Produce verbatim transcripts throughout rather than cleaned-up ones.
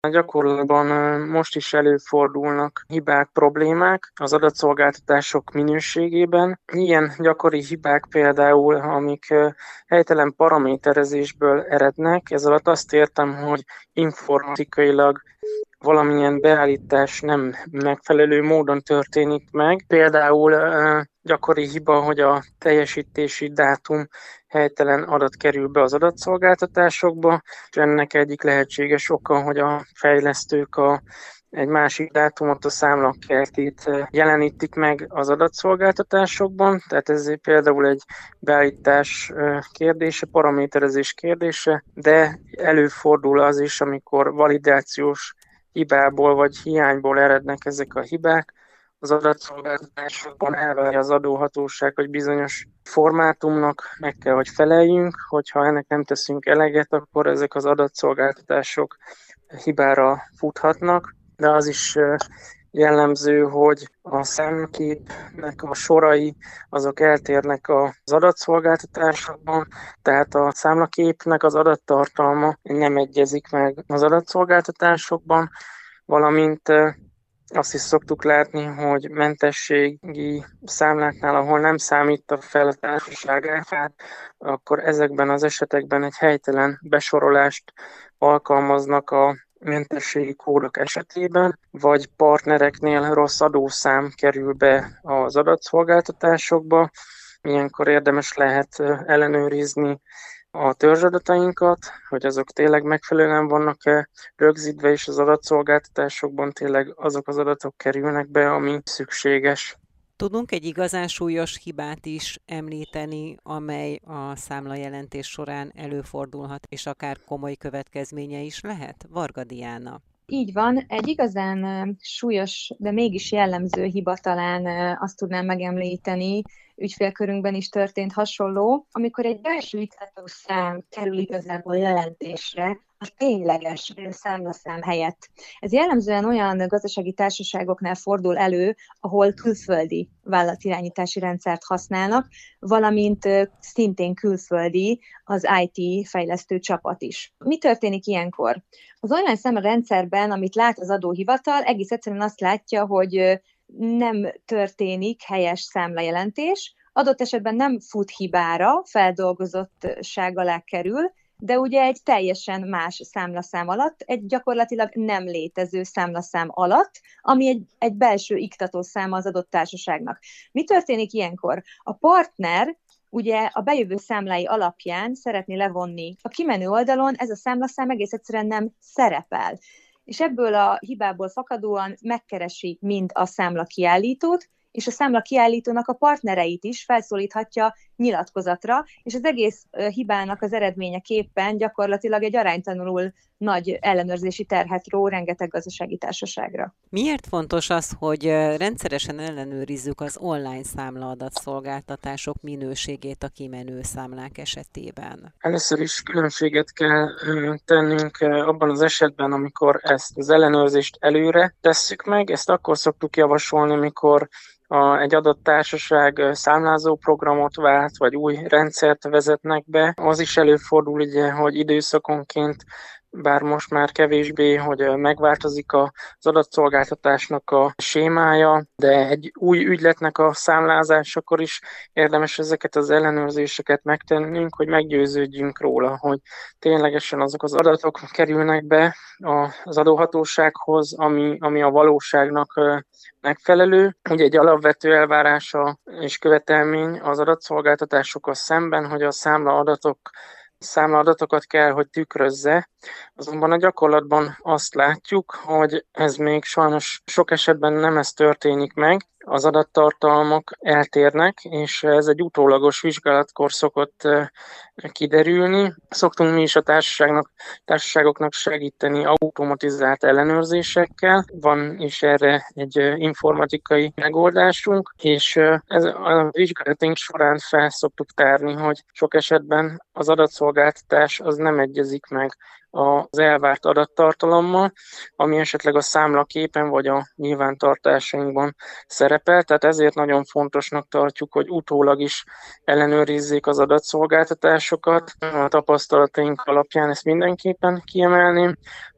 A gyakorlatban most is előfordulnak hibák, problémák az adatszolgáltatások minőségében. Ilyen gyakori hibák például, amik helytelen paraméterezésből erednek. Ez alatt azt értem, hogy informatikailag valamilyen beállítás nem megfelelő módon történik meg. Például gyakori hiba, hogy a teljesítési dátum helytelen adat kerül be az adatszolgáltatásokba, és ennek egyik lehetséges oka, hogy a fejlesztők a egy másik dátumot, a számlakertét jelenítik meg az adatszolgáltatásokban, tehát ez például egy beállítás kérdése, paraméterezés kérdése, de előfordul az is, amikor validációs hibából vagy hiányból erednek ezek a hibák. Az adatszolgáltatásokban elvárja az adóhatóság, hogy bizonyos formátumnak meg kell, hogy feleljünk, hogyha ennek nem teszünk eleget, akkor ezek az adatszolgáltatások hibára futhatnak, de az is jellemző, hogy a számképnek a sorai azok eltérnek az adatszolgáltatásokban, tehát a számlaképnek az adattartalma nem egyezik meg az adatszolgáltatásokban, valamint azt is szoktuk látni, hogy mentességi számláknál, ahol nem számít fel a társaság áfát, akkor ezekben az esetekben egy helytelen besorolást alkalmaznak a mentességi kódok esetében, vagy partnereknél rossz adószám kerül be az adatszolgáltatásokba. Ilyenkor érdemes lehet ellenőrizni a törzsadatainkat, hogy azok tényleg megfelelően vannak-e rögzítve, és az adatszolgáltatásokban tényleg azok az adatok kerülnek be, ami szükséges. Tudunk egy igazán súlyos hibát is említeni, amely a számlajelentés során előfordulhat, és akár komoly következménye is lehet? Varga Diana. Így van, egy igazán súlyos, de mégis jellemző hiba talán azt tudnám megemlíteni, ügyfélkörünkben is történt hasonló, amikor egy belső iktatószám kerül igazából jelentésre, a tényleges számlaszám helyett. Ez jellemzően olyan gazdasági társaságoknál fordul elő, ahol külföldi vállalatirányítási rendszert használnak, valamint szintén külföldi az i té fejlesztő csapat is. Mi történik ilyenkor? Az online számlarendszerben, amit lát az adóhivatal, egész egyszerűen azt látja, hogy nem történik helyes számlajelentés, adott esetben nem fut hibára, feldolgozottság alá kerül, de ugye egy teljesen más számlaszám alatt, egy gyakorlatilag nem létező számlaszám alatt, ami egy, egy belső iktatószáma az adott társaságnak. Mi történik ilyenkor? A partner ugye a bejövő számlái alapján szeretné levonni a kimenő oldalon, ez a számlaszám egész egyszerűen nem szerepel. És ebből a hibából fakadóan megkeresi mind a számla kiállítót, és a számla kiállítónak a partnereit is felszólíthatja nyilatkozatra, és az egész hibának az eredményeképpen gyakorlatilag egy aránytalanul nagy ellenőrzési terhet ró rengeteg gazdasági társaságra. Miért fontos az, hogy rendszeresen ellenőrizzük az online számlaadatszolgáltatások minőségét a kimenő számlák esetében? Először is különbséget kell tennünk abban az esetben, amikor ezt az ellenőrzést előre tesszük meg. Ezt akkor szoktuk javasolni, amikor a, egy adott társaság számlázó programot vált, vagy új rendszert vezetnek be. Az is előfordul, ugye, hogy időszakonként, bár most már kevésbé, hogy megváltozik az adatszolgáltatásnak a sémája, de egy új ügyletnek a számlázásakor is érdemes ezeket az ellenőrzéseket megtennünk, hogy meggyőződjünk róla, hogy ténylegesen azok az adatok kerülnek be az adóhatósághoz, ami, ami a valóságnak megfelelő. Ugye egy alapvető elvárása és követelmény az adatszolgáltatásokkal szemben, hogy a számlaadatok számlaadatokat kell, hogy tükrözze. Azonban a gyakorlatban azt látjuk, hogy ez még sajnos sok esetben nem ez történik meg, az adattartalmak eltérnek, és ez egy utólagos vizsgálatkor szokott kiderülni. Szoktunk mi is a társaságnak, társaságoknak segíteni automatizált ellenőrzésekkel. Van is erre egy informatikai megoldásunk, és ez a vizsgálatunk során fel szoktuk tárni, hogy sok esetben az adatszolgáltatás az nem egyezik meg az elvárt adattartalommal, ami esetleg a számlaképen vagy a nyilvántartásainkban szerepel, tehát ezért nagyon fontosnak tartjuk, hogy utólag is ellenőrizzék az adatszolgáltatásokat. A tapasztalataink alapján ezt mindenképpen kiemelném.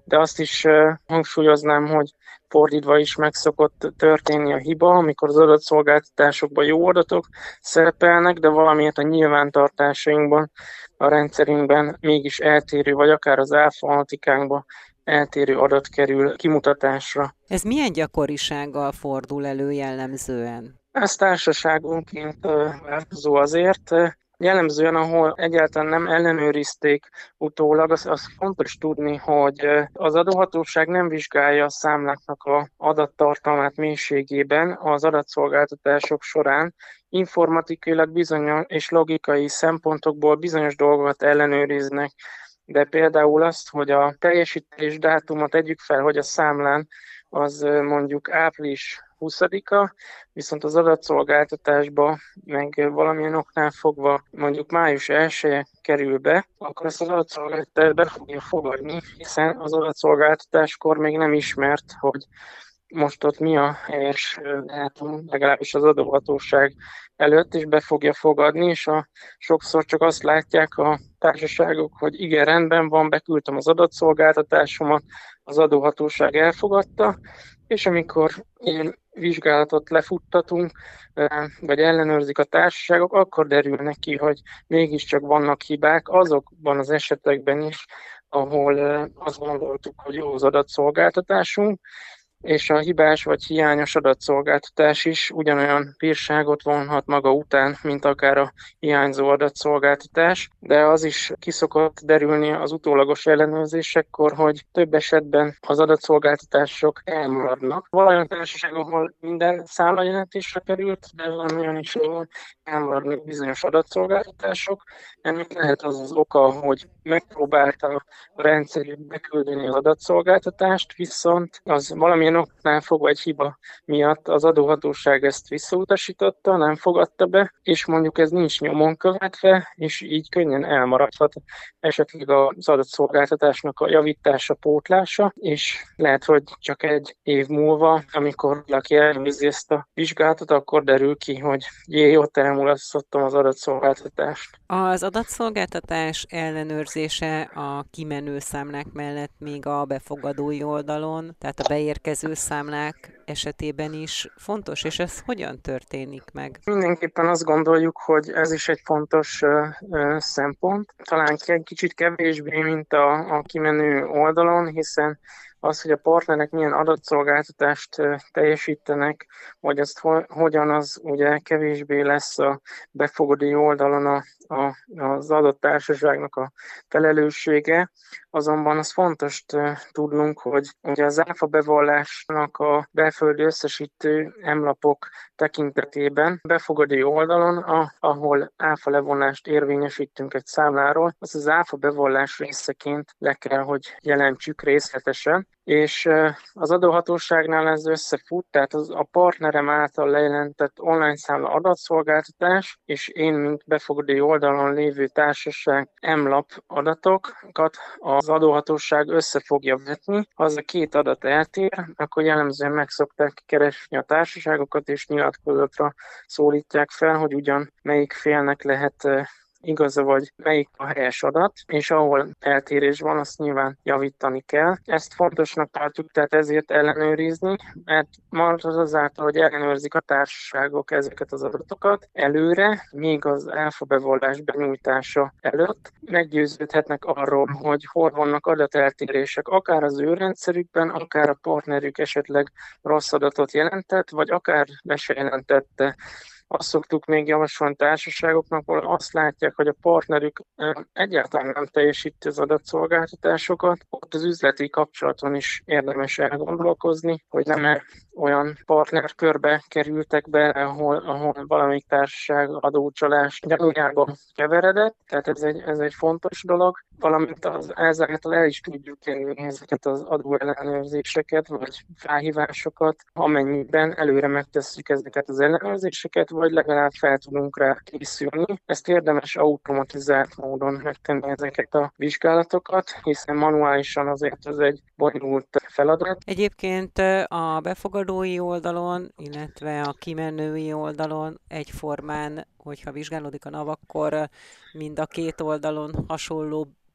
de azt is hangsúlyoznám, hogy fordítva is meg szokott történni a hiba, amikor az adatszolgáltatásokban jó adatok szerepelnek, de valamiért a nyilvántartásainkban, a rendszerünkben mégis eltérő, vagy akár az álfanatikánkban eltérő adat kerül kimutatásra. Ez milyen gyakorisággal fordul elő jellemzően? Ez társaságonként változó azért. Jellemzően, ahol egyáltalán nem ellenőrizték utólag, az, az fontos tudni, hogy az adóhatóság nem vizsgálja a számláknak az adattartalmát mélységében az adatszolgáltatások során. Informatikailag bizonyos és logikai szempontokból bizonyos dolgokat ellenőriznek, de például azt, hogy a teljesítés dátumot tegyük fel, hogy a számlán az mondjuk április huszadika, viszont az adatszolgáltatásba meg valamilyen oknál fogva mondjuk május elseje kerül be, akkor ezt az adatszolgáltatás be fogja fogadni, hiszen az adatszolgáltatáskor még nem ismert, hogy most ott mi a helyes dátum, legalábbis az adóhatóság előtt, és be fogja fogadni, és a, sokszor csak azt látják a társaságok, hogy igen, rendben van, beküldtem az adatszolgáltatásomat, az adóhatóság elfogadta, és amikor ilyen vizsgálatot lefuttatunk, vagy ellenőrzik a társaságok, akkor derülnek ki, hogy mégiscsak vannak hibák azokban az esetekben is, ahol azt gondoltuk, hogy jó az adatszolgáltatásunk, és a hibás vagy hiányos adatszolgáltatás is ugyanolyan bírságot vonhat maga után, mint akár a hiányzó adatszolgáltatás, de az is ki szokott derülni az utólagos ellenőrzésekkor, hogy több esetben az adatszolgáltatások elmaradnak. Valahogy társaság, ahol minden számlajelentésre került, de van olyan is, ahol elmaradnak bizonyos adatszolgáltatások. Ennek lehet az az oka, hogy megpróbálta a rendszerük beküldeni az adatszolgáltatást, viszont az valamilyen oknál fogva egy hiba miatt az adóhatóság ezt visszautasította, nem fogadta be, és mondjuk ez nincs nyomon követve, és így könnyen elmaradhat esetleg az adatszolgáltatásnak a javítása, pótlása, és lehet, hogy csak egy év múlva, amikor valaki elvégzi ezt a vizsgálatot, akkor derül ki, hogy jé, ott elmulasztottam az adatszolgáltatást. Az adatszolgáltatás ellenőrzése a kimenő számlák mellett még a befogadói oldalon, tehát a beérkező számlák esetében is fontos, és ez hogyan történik meg? Mindenképpen azt gondoljuk, hogy ez is egy fontos uh, uh, szempont. Talán egy kicsit kevésbé, mint a, a kimenő oldalon, hiszen az, hogy a partnerek milyen adatszolgáltatást teljesítenek, vagy azt ho- hogyan, az ugye kevésbé lesz a befogadói oldalon a, a, az adott társaságnak a felelőssége. Azonban az fontos tudnunk, hogy ugye az áfa bevallásnak a belföldi összesítő emlapok tekintetében befogadói oldalon, a, ahol áfa levonást érvényesítünk egy számláról, az az áfa bevallás részeként le kell, hogy jelentsük részletesen, és az adóhatóságnál ez összefut, tehát az a partnerem által lejelentett online számla adatszolgáltatás, és én, mint befogadói oldalon lévő társaság emlap adatokat az adóhatóság össze fogja vetni. Ha az a két adat eltér, akkor jellemzően meg szokták keresni a társaságokat, és nyilatkozatra szólítják fel, hogy ugyan melyik félnek lehet igaza, vagy melyik a helyes adat, és ahol eltérés van, azt nyilván javítani kell. Ezt fontosnak tartjuk, tehát ezért ellenőrizni, mert már az azáltal, hogy ellenőrzik a társaságok ezeket az adatokat előre, még az áfa bevallás benyújtása előtt, meggyőződhetnek arról, hogy hol vannak adateltérések, akár az ő rendszerükben, akár a partnerük esetleg rossz adatot jelentett, vagy akár be se jelentette. Azt szoktuk még javasolni társaságoknak, ahol azt látják, hogy a partnerük egyáltalán nem teljesíti az adatszolgáltatásokat. Ott az üzleti kapcsolaton is érdemes elgondolkozni, hogy nem olyan partnerkörbe kerültek be, ahol, ahol valamelyik társaság adócsalás gyanújába keveredett. Tehát ez egy, ez egy fontos dolog, valamint az, ezáltal el is tudjuk kerülni ezeket az adóellenőrzéseket, vagy felhívásokat, amennyiben előre megtesszük ezeket az ellenőrzéseket, vagy legalább fel tudunk rá készülni. Ezt érdemes automatizált módon megtenni ezeket a vizsgálatokat, hiszen manuálisan azért ez egy bonyolult feladat. Egyébként a befogadói oldalon, illetve a kimenői oldalon egyformán, hogyha vizsgálódik a NAV, akkor mind a két oldalon hasonló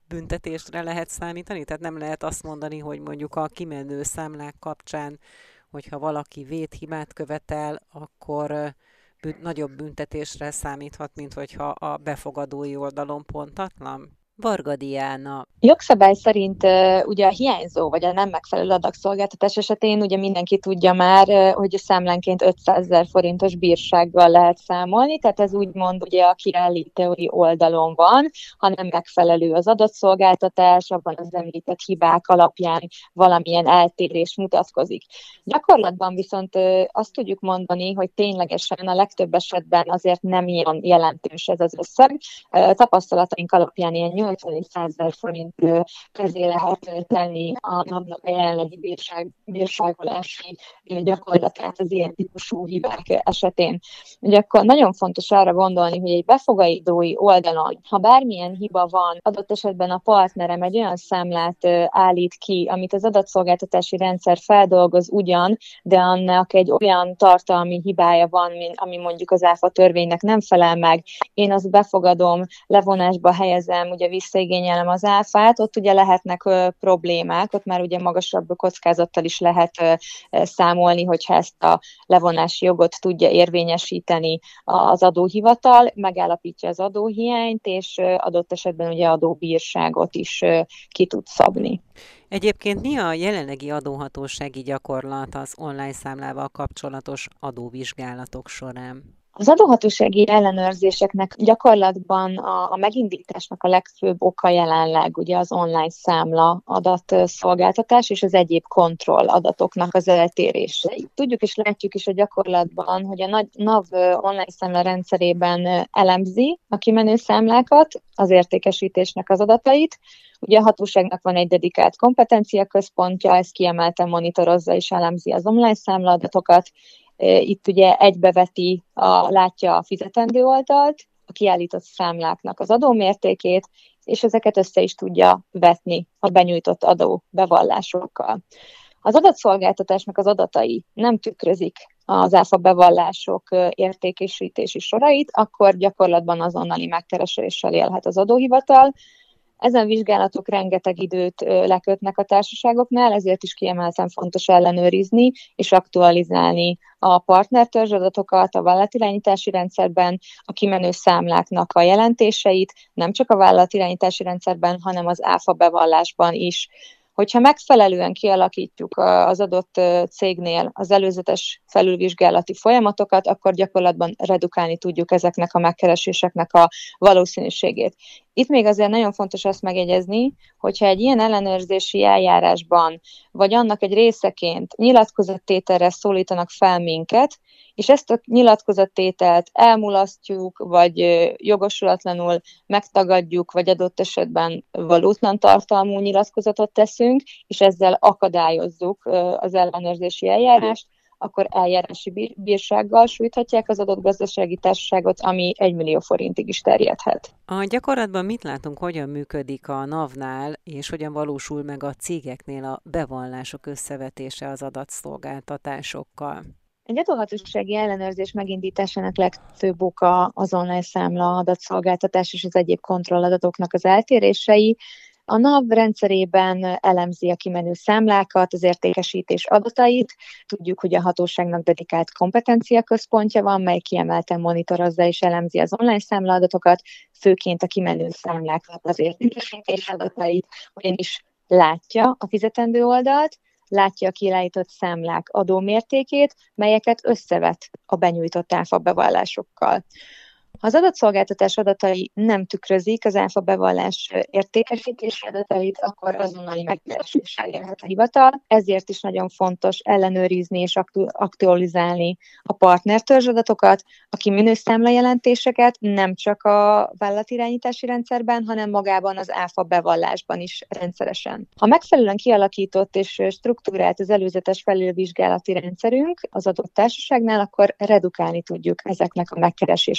büntetésre lehet számítani? Tehát nem lehet azt mondani, hogy mondjuk a kimenő számlák kapcsán, hogyha valaki védhibát követel, akkor bűn- nagyobb büntetésre számíthat, mint hogyha a befogadói oldalon pontatlan? Varga Diana. Jogszabály szerint uh, ugye a hiányzó vagy a nem megfelelő adagszolgáltatás esetén ugye mindenki tudja már, uh, hogy a számlánként ötszázezer forintos bírsággal lehet számolni, tehát ez úgymond ugye a kiállítói oldalon van, ha nem megfelelő az adatszolgáltatás, abban az említett hibák alapján valamilyen eltérés mutatkozik. Gyakorlatban viszont uh, azt tudjuk mondani, hogy ténylegesen a legtöbb esetben azért nem ilyen jelentős ez az összeg. Uh, tapasztalataink alapján ilyen nyolcvan-százezer forint közé lehet tenni a napnak a jelenlegi bírság, bírságolási gyakorlatát az ilyen típusú hibák esetén. Ugye akkor nagyon fontos arra gondolni, hogy egy befogadói oldalon, ha bármilyen hiba van, adott esetben a partnerem egy olyan számlát állít ki, amit az adatszolgáltatási rendszer feldolgoz ugyan, de annak egy olyan tartalmi hibája van, ami mondjuk az áfa törvénynek nem felel meg, én azt befogadom, levonásba helyezem, ugye visszaigényelem az áfát, ott ugye lehetnek ö, problémák, ott már ugye magasabb kockázattal is lehet ö, számolni, hogyha ezt a levonási jogot tudja érvényesíteni az adóhivatal, megállapítja az adóhiányt, és ö, adott esetben ugye adóbírságot is ö, ki tud szabni. Egyébként mi a jelenlegi adóhatósági gyakorlat az online számlával kapcsolatos adóvizsgálatok során? Az adóhatósági ellenőrzéseknek gyakorlatban a, a megindításnak a legfőbb oka jelenleg ugye az online számla adatszolgáltatás és az egyéb kontroll adatoknak az eltérései. Tudjuk és látjuk is a gyakorlatban, hogy a nagy NAV online számla rendszerében elemzi a kimenő számlákat, az értékesítésnek az adatait. Ugye a hatóságnak van egy dedikált kompetenciaközpontja, ez kiemelten monitorozza és elemzi az online számla adatokat. Itt ugye egybeveti, a, látja a fizetendő oldalt, a kiállított számláknak az adómértékét, és ezeket össze is tudja vetni a benyújtott adóbevallásokkal. Az adatszolgáltatásnak az adatai nem tükrözik az áfa bevallások értékesítési sorait, akkor gyakorlatban azonnali megkereséssel élhet az adóhivatal. Ezen vizsgálatok rengeteg időt lekötnek a társaságoknál, ezért is kiemelten fontos ellenőrizni és aktualizálni a partnertörzsadatokat a vállalatirányítási rendszerben, a kimenő számláknak a jelentéseit, nem csak a vállalatirányítási rendszerben, hanem az áfa bevallásban is. Hogyha megfelelően kialakítjuk az adott cégnél az előzetes felülvizsgálati folyamatokat, akkor gyakorlatban redukálni tudjuk ezeknek a megkereséseknek a valószínűségét. Itt még azért nagyon fontos azt megjegyezni, hogyha egy ilyen ellenőrzési eljárásban, vagy annak egy részeként nyilatkozattételre szólítanak fel minket, és ezt a nyilatkozattételt elmulasztjuk, vagy jogosulatlanul megtagadjuk, vagy adott esetben valótlan tartalmú nyilatkozatot teszünk, és ezzel akadályozzuk az ellenőrzési eljárást, akkor eljárási bírsággal sújthatják az adott gazdasági társaságot, ami egy millió forintig is terjedhet. A gyakorlatban mit látunk, hogyan működik a NAV-nál, és hogyan valósul meg a cégeknél a bevallások összevetése az adatszolgáltatásokkal? Egy adóhatósági ellenőrzés megindításának legfőbb oka az online számla adatszolgáltatás és az egyéb kontrolladatoknak az eltérései. A NAV rendszerében elemzi a kimenő számlákat, az értékesítés adatait. Tudjuk, hogy a hatóságnak dedikált kompetenciaközpontja van, mely kiemelten monitorozza és elemzi az online számlaadatokat, főként a kimenő számlákat, az értékesítés adatait, ugyanis látja a fizetendő oldalt, látja a kiállított számlák adómértékét, melyeket összevet a benyújtott áfa bevallásokkal. Ha az adatszolgáltatás adatai nem tükrözik az áfa bevallás értékesítési adatait, akkor azonnali megkereséssel élhet a hivatal. Ezért is nagyon fontos ellenőrizni és aktualizálni a partnertörzsadatokat, a kimenő számlajelentéseket, nem csak a vállalatirányítási rendszerben, hanem magában az áfa bevallásban is rendszeresen. Ha megfelelően kialakított és struktúrált az előzetes felülvizsgálati rendszerünk az adott társaságnál, akkor redukálni tudjuk ezeknek a megkereséseknek a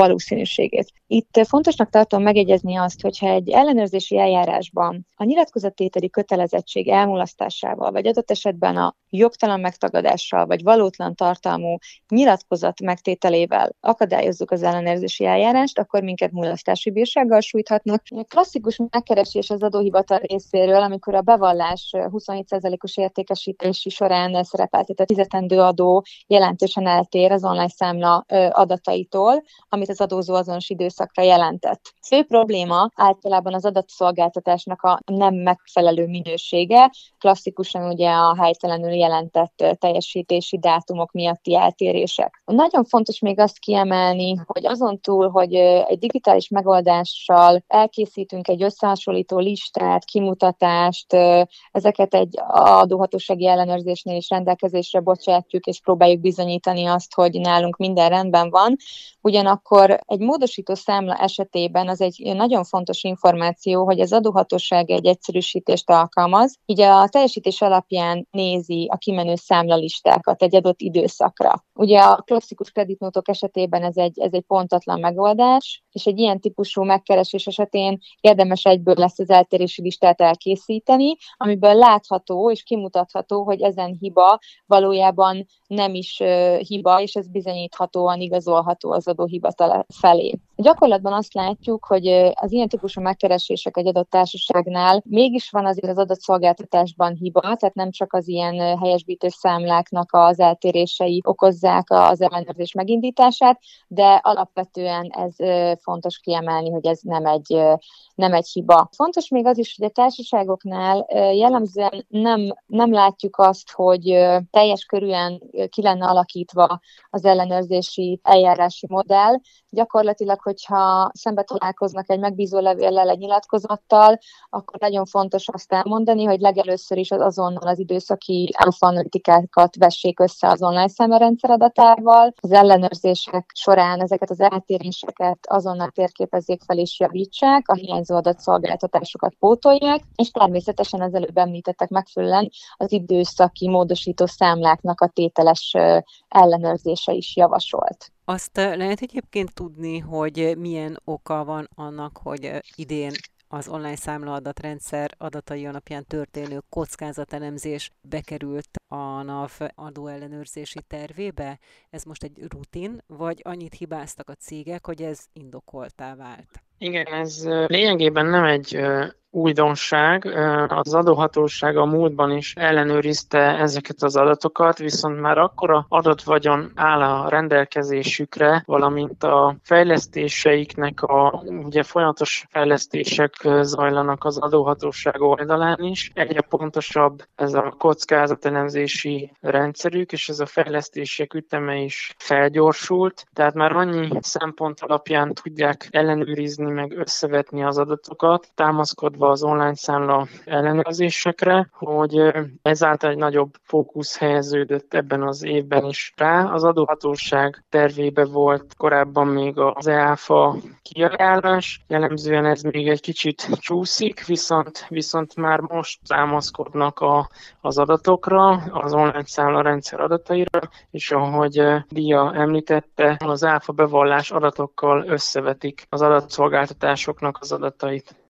valószínűségét. Itt fontosnak tartom megjegyezni azt, hogyha egy ellenőrzési eljárásban a nyilatkozattételi kötelezettség elmulasztásával, vagy adott esetben a jogtalan megtagadással, vagy valótlan tartalmú nyilatkozat megtételével akadályozzuk az ellenőrzési eljárást, akkor minket mulasztási bírsággal sújthatnak. A klasszikus megkeresés az adóhivatal részéről, amikor a bevallás huszonhét százalékos értékesítési során szerepeltetett a fizetendő adó jelentősen eltér az online számla adataitól, amit az adózó azonos időszakra jelentett. Fő probléma általában az adatszolgáltatásnak a nem megfelelő minősége, klasszikusan ugye a helytelenül jelentett teljesítési dátumok miatti eltérések. Nagyon fontos még azt kiemelni, hogy azon túl, hogy egy digitális megoldással elkészítünk egy összehasonlító listát, kimutatást, ezeket egy adóhatósági ellenőrzésnél is rendelkezésre bocsátjuk, és próbáljuk bizonyítani azt, hogy nálunk minden rendben van. Ugyanakkor egy módosító számla esetében az egy nagyon fontos információ, hogy az adóhatóság egy egyszerűsítést alkalmaz, így a teljesítés alapján nézi a kimenő számlalistákat egy adott időszakra. Ugye a klasszikus kreditnótok esetében ez egy, ez egy pontatlan megoldás, és egy ilyen típusú megkeresés esetén érdemes egyből lesz az eltérési listát elkészíteni, amiből látható és kimutatható, hogy ezen hiba valójában nem is uh, hiba, és ez bizonyíthatóan igazolható az adóhivatal felé. Gyakorlatban azt látjuk, hogy az ilyen típusú megkeresések egy adott társaságnál mégis van azért az adatszolgáltatásban hiba, tehát nem csak az ilyen helyesbítő számláknak az eltérései okozzák az ellenőrzés megindítását, de alapvetően ez fontos kiemelni, hogy ez nem egy, nem egy hiba. Fontos még az is, hogy a társaságoknál jellemzően nem, nem látjuk azt, hogy teljes körűen ki lenne alakítva az ellenőrzési eljárási modell. Gyakorlatilag, hogyha szembe találkoznak egy megbízó levéllel, egy nyilatkozattal, akkor nagyon fontos azt elmondani, hogy legelőször is az azonnal az időszaki alfa-analitikákat vessék össze az online számlarendszer adatával. Az ellenőrzések során ezeket az eltéréseket azonnal térképezzék fel és javítsák, a hiányzó adatszolgáltatásokat pótolják, és természetesen az előbb említettek megfelelően az időszaki módosító számláknak a tételes ellenőrzése is javasolt. Azt lehet egyébként tudni, hogy milyen oka van annak, hogy idén az online számlaadatrendszer adatai alapján történő kockázatelemzés bekerült a NAV adóellenőrzési tervébe? Ez most egy rutin, vagy annyit hibáztak a cégek, hogy ez indokoltá vált? Igen, ez lényegében nem egy újdonság. Az adóhatóság a múltban is ellenőrizte ezeket az adatokat, viszont már akkora adatvagyon áll a rendelkezésükre, valamint a fejlesztéseiknek a ugye folyamatos fejlesztések zajlanak az adóhatóság oldalán is. Egyre pontosabb ez a kockázatelemzési rendszerük, és ez a fejlesztések üteme is felgyorsult, tehát már annyi szempont alapján tudják ellenőrizni, meg összevetni az adatokat, támaszkodva az online számla ellenőrzésekre, hogy ezáltal egy nagyobb fókusz helyeződött ebben az évben is rá. Az adóhatóság tervébe volt korábban még az e áfa kiajánlás, jellemzően ez még egy kicsit csúszik, viszont, viszont már most támaszkodnak a, az adatokra, az online számla rendszer adataira, és ahogy Dia említette, az áfa bevallás adatokkal összevetik az adatszolgáltatásoknak az adatait.